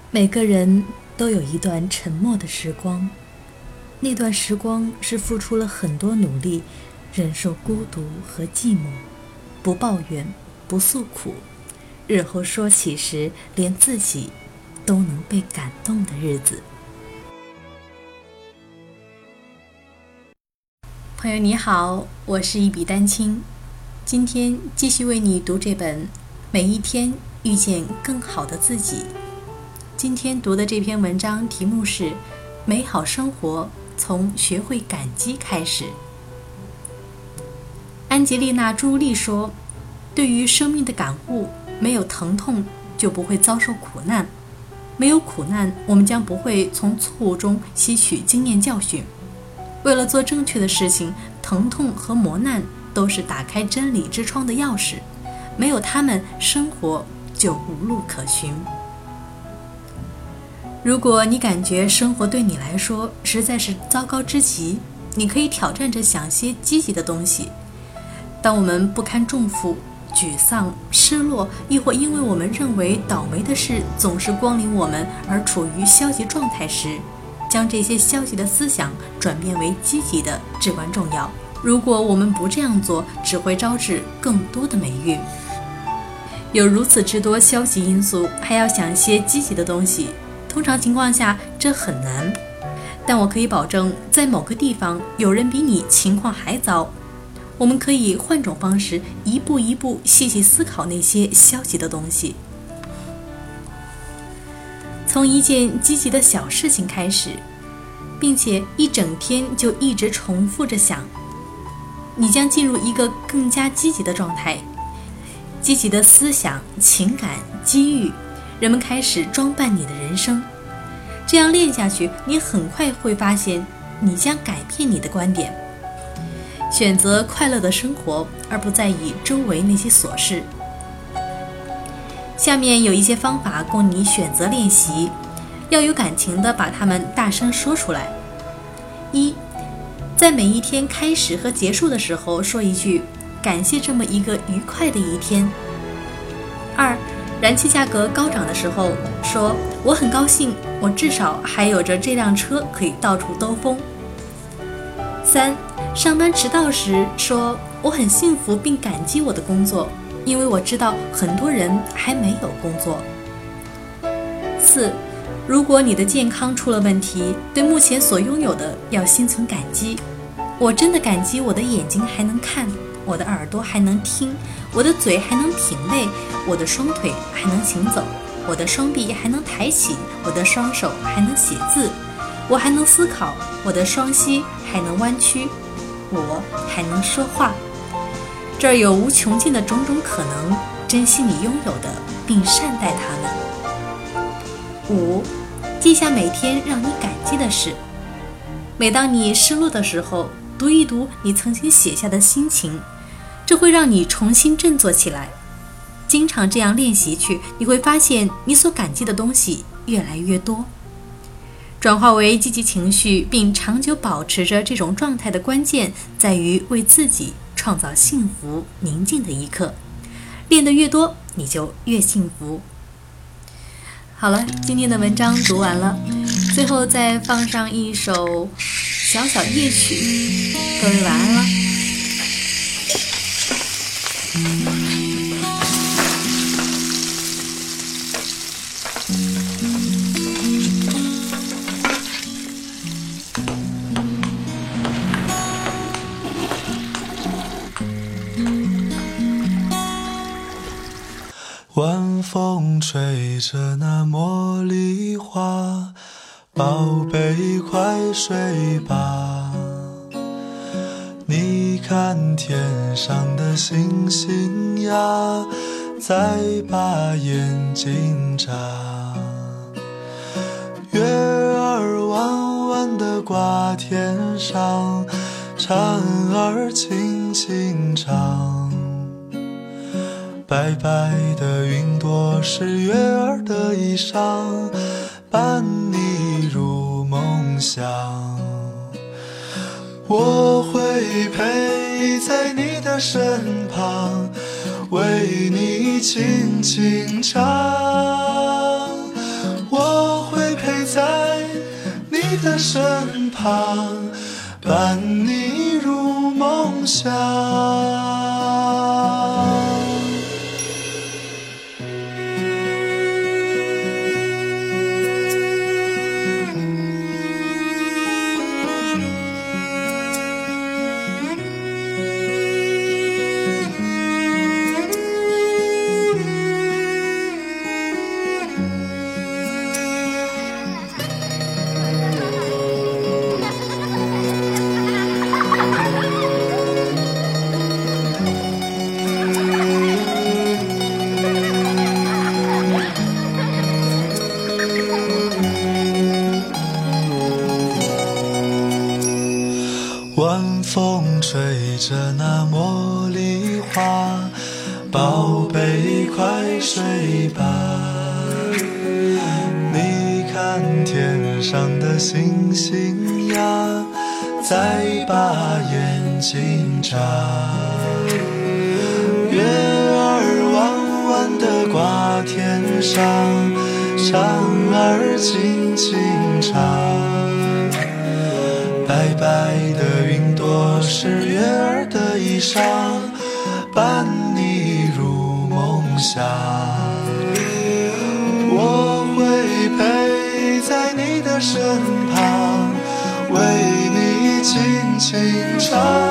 每个人都有一段沉默的时光，那段时光是付出了很多努力，忍受孤独和寂寞，不抱怨，不诉苦，日后说起时连自己都能被感动的日子。朋友你好，我是一笔丹青，今天继续为你读这本《每一天遇见更好的自己》。今天读的这篇文章题目是美好生活从学会感激开始。安吉丽娜·朱莉说，对于生命的感悟，没有疼痛就不会遭受苦难，没有苦难，我们将不会从错误中吸取经验教训。为了做正确的事情，疼痛和磨难都是打开真理之窗的钥匙，没有它们，生活就无路可寻。如果你感觉生活对你来说实在是糟糕之极，你可以挑战着想些积极的东西。当我们不堪重负、沮丧、失落，亦或因为我们认为倒霉的事总是光临我们而处于消极状态时，将这些消极的思想转变为积极的至关重要。如果我们不这样做，只会招致更多的霉运。有如此之多消极因素，还要想些积极的东西，通常情况下这很难，但我可以保证，在某个地方有人比你情况还糟。我们可以换种方式，一步一步细细思考那些消极的东西。从一件积极的小事情开始，并且一整天就一直重复着想，你将进入一个更加积极的状态。积极的思想、情感、机遇，人们开始装扮你的人生。这样练下去，你很快会发现，你将改变你的观点，选择快乐的生活，而不在意周围那些琐事。下面有一些方法供你选择练习，要有感情地把它们大声说出来。1. 在每一天开始和结束的时候说一句感谢这么一个愉快的一天。2. 燃气价格高涨的时候说我很高兴，我至少还有着这辆车可以到处兜风。3. 上班迟到时说我很幸福并感激我的工作，因为我知道很多人还没有工作。4. 如果你的健康出了问题，对目前所拥有的要心存感激。我真的感激我的眼睛还能看，我的耳朵还能听，我的嘴还能品味，我的双腿还能行走，我的双臂还能抬起，我的双手还能写字，我还能思考，我的双膝还能弯曲，我还能说话。这儿有无穷尽的种种可能，珍惜你拥有的，并善待它们。5. 记下每天让你感激的事。每当你失落的时候，读一读你曾经写下的心情，这会让你重新振作起来。经常这样练习去，你会发现你所感激的东西越来越多。转化为积极情绪并长久保持着这种状态的关键，在于为自己创造幸福宁静的一刻。练得越多，你就越幸福。好了，今天的文章读完了，最后再放上一首小小夜曲，各位晚安了。 晚风吹着那茉莉花，宝贝快睡吧，你看天上的星星呀，再把眼睛眨，月儿弯弯地挂天上，蝉儿轻轻唱，白白的云朵是月儿的衣裳，伴你入梦乡。我会陪在你的身旁，为你轻轻唱。我你的身旁，伴你入梦乡。晚风吹着那茉莉花，宝贝快睡吧。你看天上的星星呀，再把眼睛眨。月儿弯弯地挂天上，蝉儿轻轻唱。白白的云朵是月儿的衣裳，伴你入梦乡。我会陪在你的身旁，为你轻轻唱。